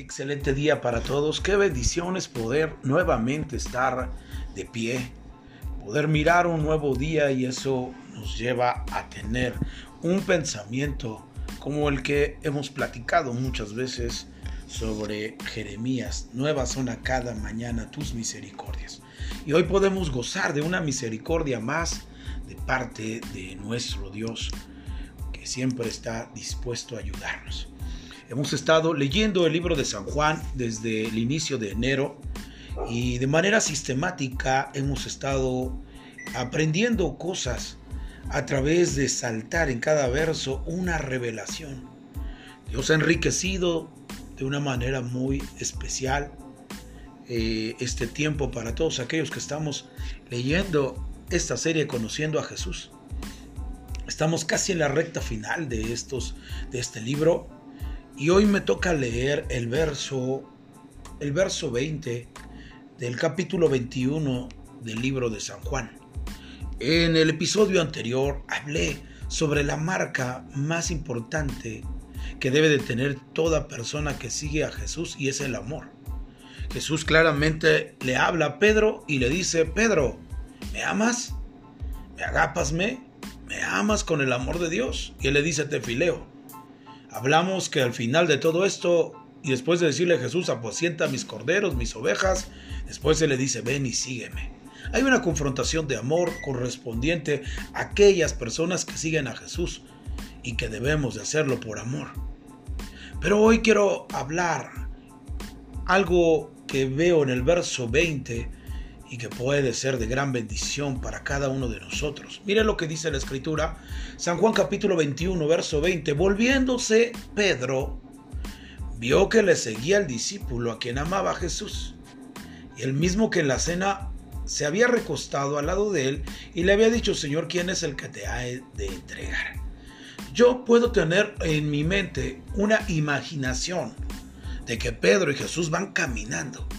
Excelente día para todos. Qué bendición es poder nuevamente estar de pie, poder mirar un nuevo día, y eso nos lleva a tener un pensamiento como el que hemos platicado muchas veces sobre Jeremías. Nuevas son a cada mañana tus misericordias. Y hoy podemos gozar de una misericordia más de parte de nuestro Dios, que siempre está dispuesto a ayudarnos. Hemos estado leyendo el libro de San Juan desde el inicio de enero, y de manera sistemática hemos estado aprendiendo cosas a través de saltar en cada verso una revelación. Dios ha enriquecido de una manera muy especial este tiempo para todos aquellos que estamos leyendo esta serie Conociendo a Jesús. Estamos casi en la recta final de este libro, y hoy me toca leer el verso 20 del capítulo 21 del libro de San Juan. En el episodio anterior hablé sobre la marca más importante que debe de tener toda persona que sigue a Jesús, y es el amor. Jesús claramente le habla a Pedro y le dice: Pedro, ¿me amas? ¿Me agápasme? ¿Me amas con el amor de Dios? Y él le dice: te fileo. Hablamos que al final de todo esto, y después de decirle a Jesús: apacienta mis corderos, mis ovejas, después se le dice: ven y sígueme. Hay una confrontación de amor correspondiente a aquellas personas que siguen a Jesús, y que debemos de hacerlo por amor. Pero hoy quiero hablar algo que veo en el verso 20 y que puede ser de gran bendición para cada uno de nosotros. Mire lo que dice la Escritura, San Juan capítulo 21, verso 20. Volviéndose Pedro, vio que le seguía el discípulo a quien amaba a Jesús, y el mismo que en la cena se había recostado al lado de él y le había dicho: Señor, ¿quién es el que te ha de entregar? Yo puedo tener en mi mente una imaginación de que Pedro y Jesús van caminando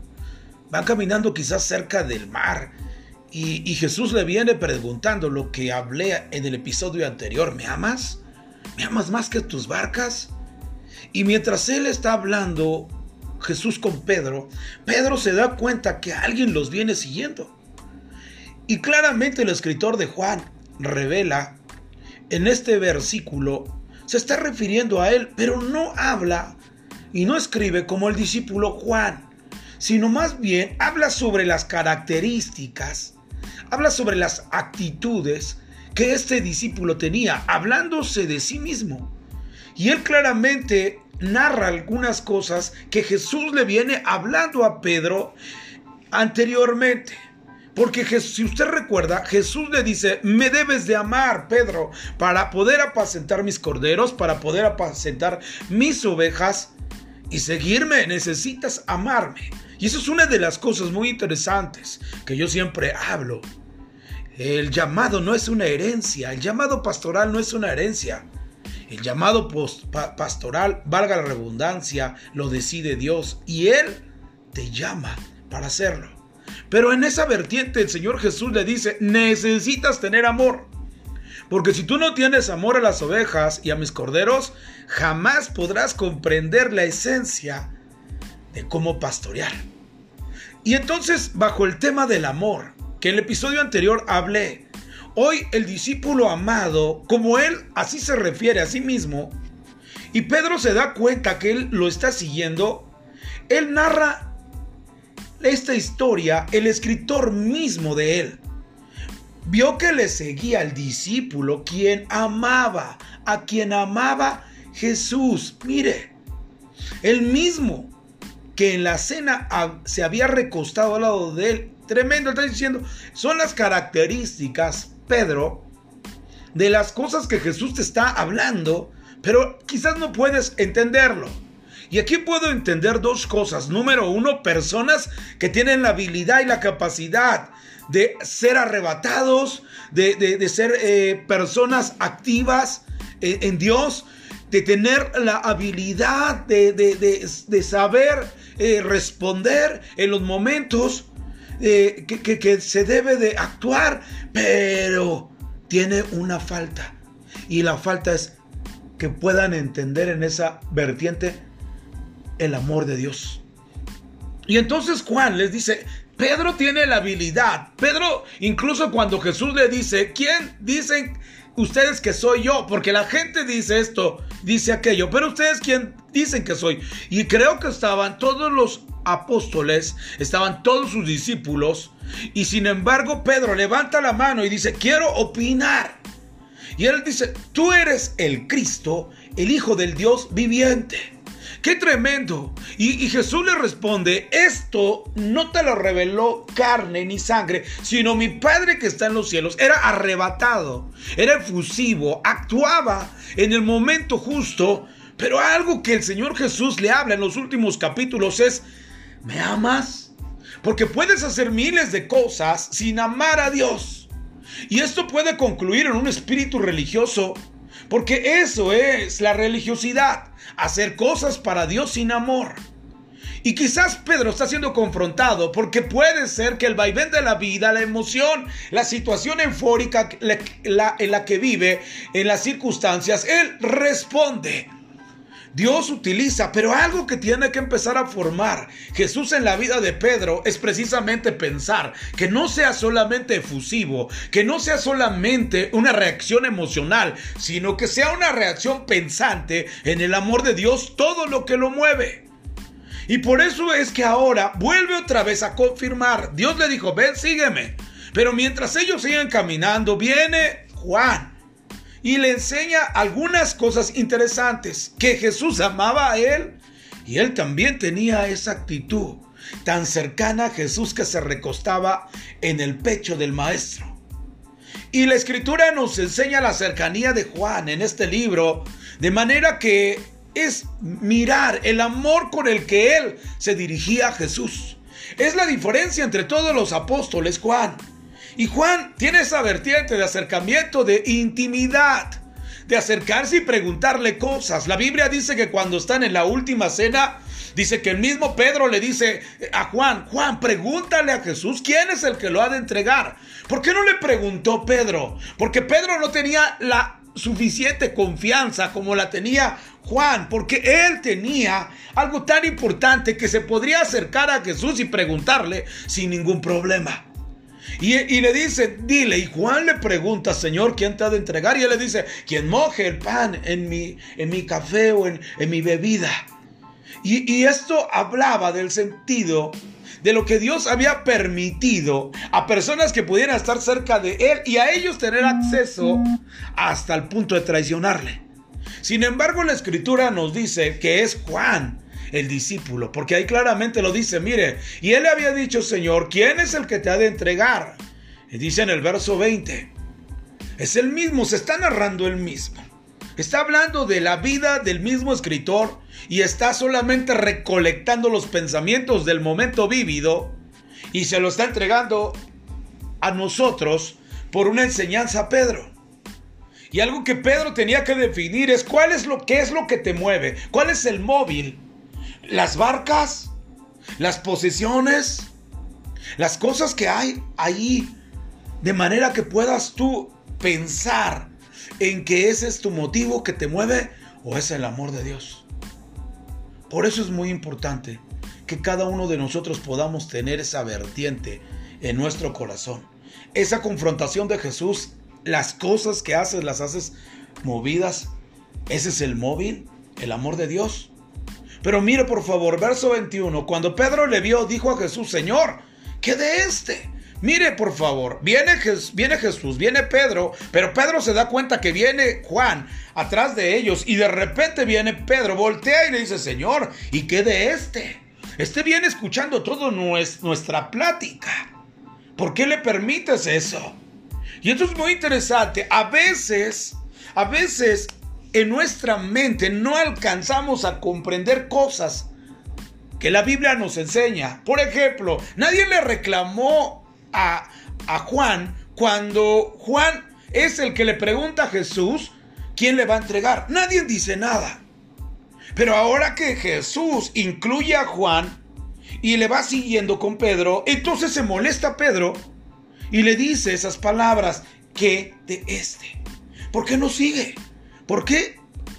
quizás cerca del mar, y Jesús le viene preguntando lo que hablé en el episodio anterior: ¿me amas? ¿Me amas más que tus barcas? Y mientras él está hablando, Jesús con Pedro se da cuenta que alguien los viene siguiendo. Y claramente el escritor de Juan revela en este versículo, se está refiriendo a él, pero no habla y no escribe como el discípulo Juan, sino más bien habla sobre las características, habla sobre las actitudes que este discípulo tenía, hablándose de sí mismo. Y él claramente narra algunas cosas que Jesús le viene hablando a Pedro anteriormente. Porque si usted recuerda, Jesús le dice: me debes de amar, Pedro, para poder apacentar mis corderos, para poder apacentar mis ovejas y seguirme, necesitas amarme. Y eso es una de las cosas muy interesantes que yo siempre hablo. El llamado no es una herencia, el llamado pastoral no es una herencia. El llamado pastoral, valga la redundancia, lo decide Dios, y Él te llama para hacerlo. Pero en esa vertiente el Señor Jesús le dice: necesitas tener amor. Porque si tú no tienes amor a las ovejas y a mis corderos, jamás podrás comprender la esencia de cómo pastorear. Y entonces, bajo el tema del amor, que en el episodio anterior hablé, hoy el discípulo amado, como él así se refiere a sí mismo, y Pedro se da cuenta que él lo está siguiendo, él narra esta historia, el escritor mismo de él vio que le seguía al discípulo a quien amaba Jesús. Mire, el mismo que en la cena se había recostado al lado de él. Tremendo, está diciendo, son las características, Pedro, de las cosas que Jesús te está hablando, pero quizás no puedes entenderlo. Y aquí puedo entender dos cosas. Número uno, personas que tienen la habilidad y la capacidad de ser arrebatados, de ser personas activas en Dios, de tener la habilidad de saber responder en los momentos que se debe de actuar, pero tiene una falta, y la falta es que puedan entender en esa vertiente el amor de Dios. Y entonces Juan les dice, Pedro tiene la habilidad. Pedro, incluso cuando Jesús le dice, ¿quién dicen ustedes que soy yo? Porque la gente dice esto, dice aquello, pero ustedes ¿quién dicen que soy? Y creo que estaban todos los apóstoles, estaban todos sus discípulos, y sin embargo Pedro levanta la mano y dice, quiero opinar. Y él dice, tú eres el Cristo, el Hijo del Dios viviente. ¡Qué tremendo! Y Jesús le responde, esto no te lo reveló carne ni sangre, sino mi Padre que está en los cielos. Era arrebatado, era efusivo, actuaba en el momento justo, pero algo que el Señor Jesús le habla en los últimos capítulos es, ¿me amas? Porque puedes hacer miles de cosas sin amar a Dios. Y esto puede concluir en un espíritu religioso, porque eso es la religiosidad, hacer cosas para Dios sin amor. Y quizás Pedro está siendo confrontado porque puede ser que el vaivén de la vida, la emoción, la situación eufórica en la que vive, en las circunstancias, él responde. Dios utiliza, pero algo que tiene que empezar a formar Jesús en la vida de Pedro es precisamente pensar, que no sea solamente efusivo, que no sea solamente una reacción emocional, sino que sea una reacción pensante en el amor de Dios, todo lo que lo mueve. Y por eso es que ahora vuelve otra vez a confirmar. Dios le dijo, ven, sígueme. Pero mientras ellos siguen caminando, viene Juan y le enseña algunas cosas interesantes, que Jesús amaba a él y él también tenía esa actitud tan cercana a Jesús que se recostaba en el pecho del maestro. Y la escritura nos enseña la cercanía de Juan en este libro, de manera que es mirar el amor con el que él se dirigía a Jesús. Es la diferencia entre todos los apóstoles, Juan. Y Juan tiene esa vertiente de acercamiento, de intimidad, de acercarse y preguntarle cosas. La Biblia dice que cuando están en la última cena, dice que el mismo Pedro le dice a Juan, Juan, pregúntale a Jesús quién es el que lo ha de entregar. ¿Por qué no le preguntó Pedro? Porque Pedro no tenía la suficiente confianza como la tenía Juan, porque él tenía algo tan importante que se podría acercar a Jesús y preguntarle sin ningún problema. Y le dice, dile, y Juan le pregunta, Señor, ¿quién te ha de entregar? Y él le dice, quien moje el pan en mi café o en mi bebida. Y esto hablaba del sentido de lo que Dios había permitido a personas que pudieran estar cerca de él y a ellos tener acceso hasta el punto de traicionarle. Sin embargo, la escritura nos dice que es Juan el discípulo, porque ahí claramente lo dice, mire, y él le había dicho, Señor, ¿quién es el que te ha de entregar? Y dice en el verso 20, es el mismo, se está narrando el mismo. Está hablando de la vida del mismo escritor y está solamente recolectando los pensamientos del momento vívido y se lo está entregando a nosotros por una enseñanza a Pedro. Y algo que Pedro tenía que definir es qué es lo que te mueve, cuál es el móvil. Las barcas, las posesiones, las cosas que hay ahí, de manera que puedas tú pensar en que ese es tu motivo que te mueve o es el amor de Dios. Por eso es muy importante que cada uno de nosotros podamos tener esa vertiente en nuestro corazón. Esa confrontación de Jesús, las cosas que haces, las haces movidas. Ese es el móvil, el amor de Dios. Pero mire por favor, verso 21, cuando Pedro le vio, dijo a Jesús, Señor, ¿qué de este? Mire por favor, viene Jesús, viene Pedro, pero Pedro se da cuenta que viene Juan atrás de ellos y de repente viene Pedro, voltea y le dice, Señor, ¿y qué de este? Este viene escuchando toda nuestra plática. ¿Por qué le permites eso? Y esto es muy interesante. A veces en nuestra mente no alcanzamos a comprender cosas que la Biblia nos enseña. Por ejemplo, nadie le reclamó a Juan cuando Juan es el que le pregunta a Jesús quién le va a entregar. Nadie dice nada. Pero ahora que Jesús incluye a Juan y le va siguiendo con Pedro, entonces se molesta Pedro y le dice esas palabras, ¿qué de este? ¿Por qué no sigue? ¿Por qué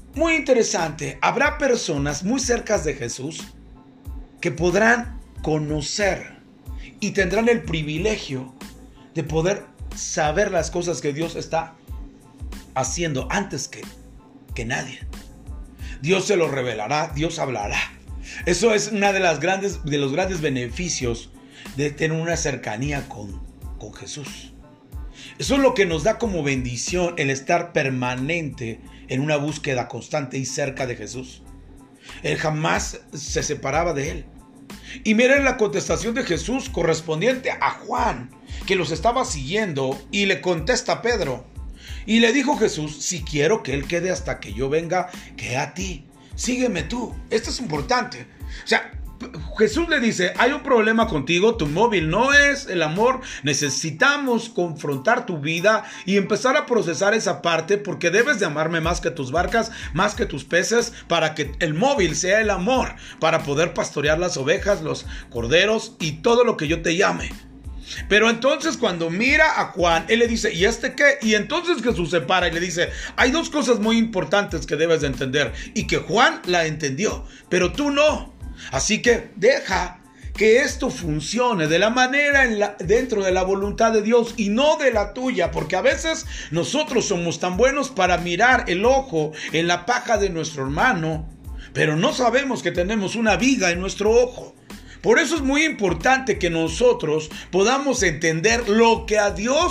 muy interesante, habrá personas muy cercas de Jesús que podrán conocer y tendrán el privilegio de poder saber las cosas que Dios está haciendo antes que nadie. Dios se lo revelará, Dios hablará. Eso es una de los grandes beneficios de tener una cercanía con Jesús. Eso es lo que nos da como bendición el estar permanente en una búsqueda constante y cerca de Jesús. Él jamás se separaba de él. Y miren la contestación de Jesús correspondiente a Juan, que los estaba siguiendo, y le contesta a Pedro. Y le dijo Jesús: si quiero que él quede hasta que yo venga, que a ti, sígueme tú. Esto es importante. O sea, Jesús le dice: hay un problema contigo, tu móvil no es el amor, necesitamos confrontar tu vida y empezar a procesar esa parte, porque debes de amarme más que tus barcas, más que tus peces, para que el móvil sea el amor, para poder pastorear las ovejas, los corderos y todo lo que yo te llame. Pero entonces cuando mira a Juan, él le dice: ¿y este qué? Y entonces Jesús se para y le dice: hay dos cosas muy importantes que debes de entender, y que Juan la entendió, pero tú no. Así que deja que esto funcione de la manera dentro de la voluntad de Dios y no de la tuya, porque a veces nosotros somos tan buenos para mirar el ojo en la paja de nuestro hermano, pero no sabemos que tenemos una viga en nuestro ojo. Por eso es muy importante que nosotros podamos entender lo que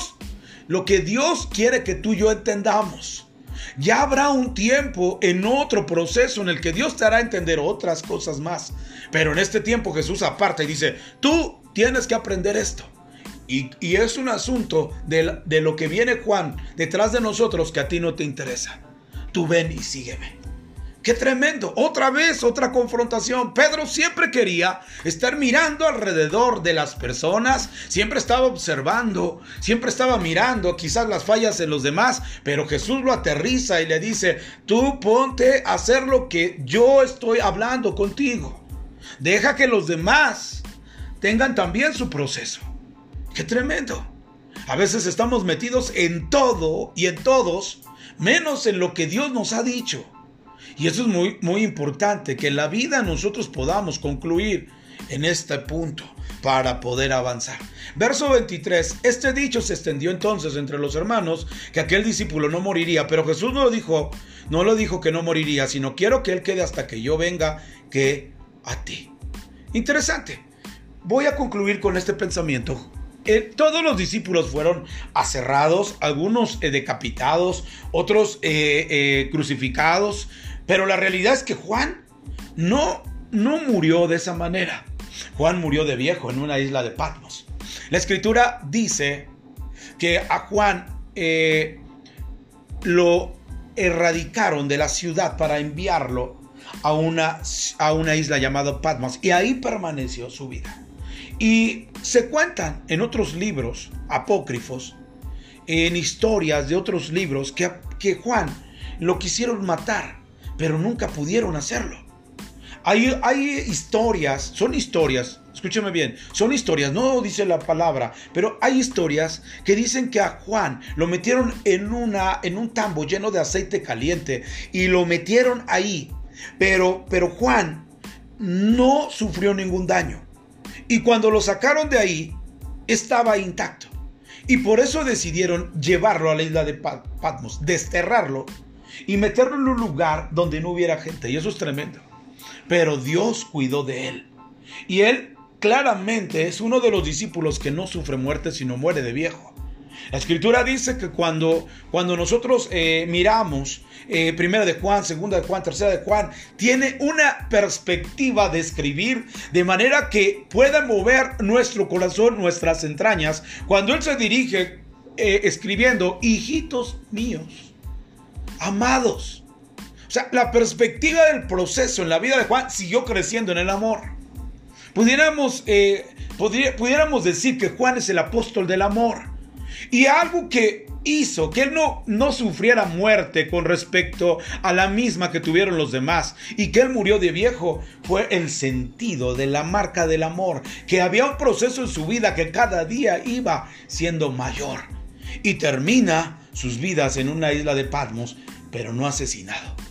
Dios quiere que tú y yo entendamos. Ya habrá un tiempo en otro proceso en el que Dios te hará entender otras cosas más. Pero en este tiempo Jesús aparta y dice: tú tienes que aprender esto. Y es un asunto de lo que viene Juan detrás de nosotros que a ti no te interesa. Tú ven y sígueme. ¡Qué tremendo! Otra vez, otra confrontación. Pedro siempre quería estar mirando alrededor de las personas, siempre estaba observando, siempre estaba mirando quizás las fallas en los demás, pero Jesús lo aterriza y le dice: tú ponte a hacer lo que yo estoy hablando contigo. Deja que los demás tengan también su proceso. ¡Qué tremendo! A veces estamos metidos en todo y en todos, menos en lo que Dios nos ha dicho. Y eso es muy, muy importante, que en la vida nosotros podamos concluir en este punto para poder avanzar. Verso 23. Este dicho se extendió entonces entre los hermanos, que aquel discípulo no moriría. Pero Jesús no lo dijo que no moriría, sino: quiero que él quede hasta que yo venga, que a ti. Interesante. Voy a concluir con este pensamiento. Todos los discípulos fueron aserrados, algunos decapitados, otros crucificados. Pero la realidad es que Juan no murió de esa manera. Juan murió de viejo en una isla de Patmos. La Escritura dice que a Juan lo erradicaron de la ciudad para enviarlo a una isla llamada Patmos, y ahí permaneció su vida. Y se cuentan en otros libros apócrifos, en historias de otros libros, que Juan lo quisieron matar, pero nunca pudieron hacerlo. Hay historias, son historias, escúcheme bien, son historias, no dice la palabra, pero hay historias que dicen que a Juan lo metieron en un tambo lleno de aceite caliente y lo metieron ahí, pero Juan no sufrió ningún daño. Y cuando lo sacaron de ahí, estaba intacto. Y por eso decidieron llevarlo a la isla de Patmos, desterrarlo y meterlo en un lugar donde no hubiera gente. Y eso es tremendo. Pero Dios cuidó de él. Y él claramente es uno de los discípulos que no sufre muerte, sino muere de viejo. La Escritura dice que cuando nosotros miramos primera de Juan, segunda de Juan, tercera de Juan, tiene una perspectiva de escribir de manera que pueda mover nuestro corazón, nuestras entrañas, cuando él se dirige escribiendo: hijitos míos, amados. O sea, la perspectiva del proceso en la vida de Juan siguió creciendo en el amor. Pudiéramos decir que Juan es el apóstol del amor. Y algo que hizo que él no sufriera muerte con respecto a la misma que tuvieron los demás, y que él murió de viejo, fue el sentido de la marca del amor, que había un proceso en su vida que cada día iba siendo mayor, y termina sus vidas en una isla de Patmos, pero no asesinado.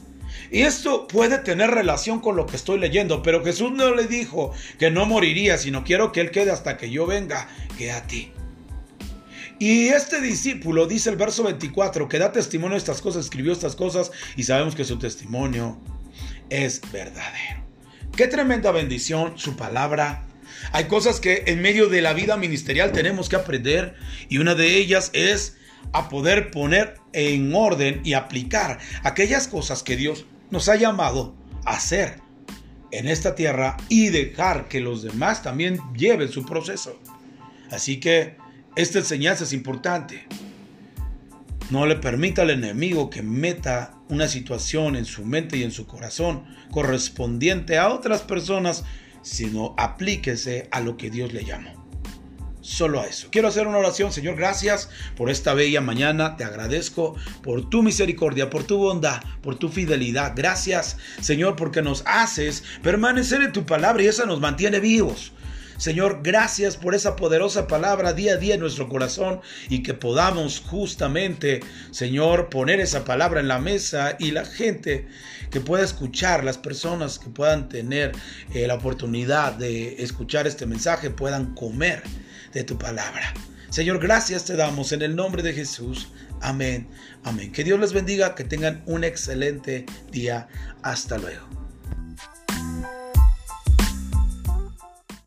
Y esto puede tener relación con lo que estoy leyendo, pero Jesús no le dijo que no moriría, sino quiero que él quede hasta que yo venga, que a ti. Y este discípulo, dice el verso 24, que da testimonio de estas cosas, escribió estas cosas y sabemos que su testimonio es verdadero. Qué tremenda bendición su palabra. Hay cosas que en medio de la vida ministerial tenemos que aprender y una de ellas es a poder poner en orden y aplicar aquellas cosas que Dios nos ha llamado a hacer en esta tierra y dejar que los demás también lleven su proceso. Así que esta enseñanza es importante. No le permita al enemigo que meta una situación en su mente y en su corazón correspondiente a otras personas, sino aplíquese a lo que Dios le llamó. Solo a eso. Quiero hacer una oración. Señor, gracias por esta bella mañana. Te agradezco por tu misericordia, por tu bondad, por tu fidelidad. Gracias, Señor, porque nos haces permanecer en tu palabra y esa nos mantiene vivos. Señor, gracias por esa poderosa palabra día a día en nuestro corazón y que podamos justamente, Señor, poner esa palabra en la mesa y la gente que pueda escuchar, las personas que puedan tener la oportunidad de escuchar este mensaje, puedan comer de tu palabra. Señor, gracias te damos en el nombre de Jesús. Amén. Amén. Que Dios les bendiga, que tengan un excelente día. Hasta luego.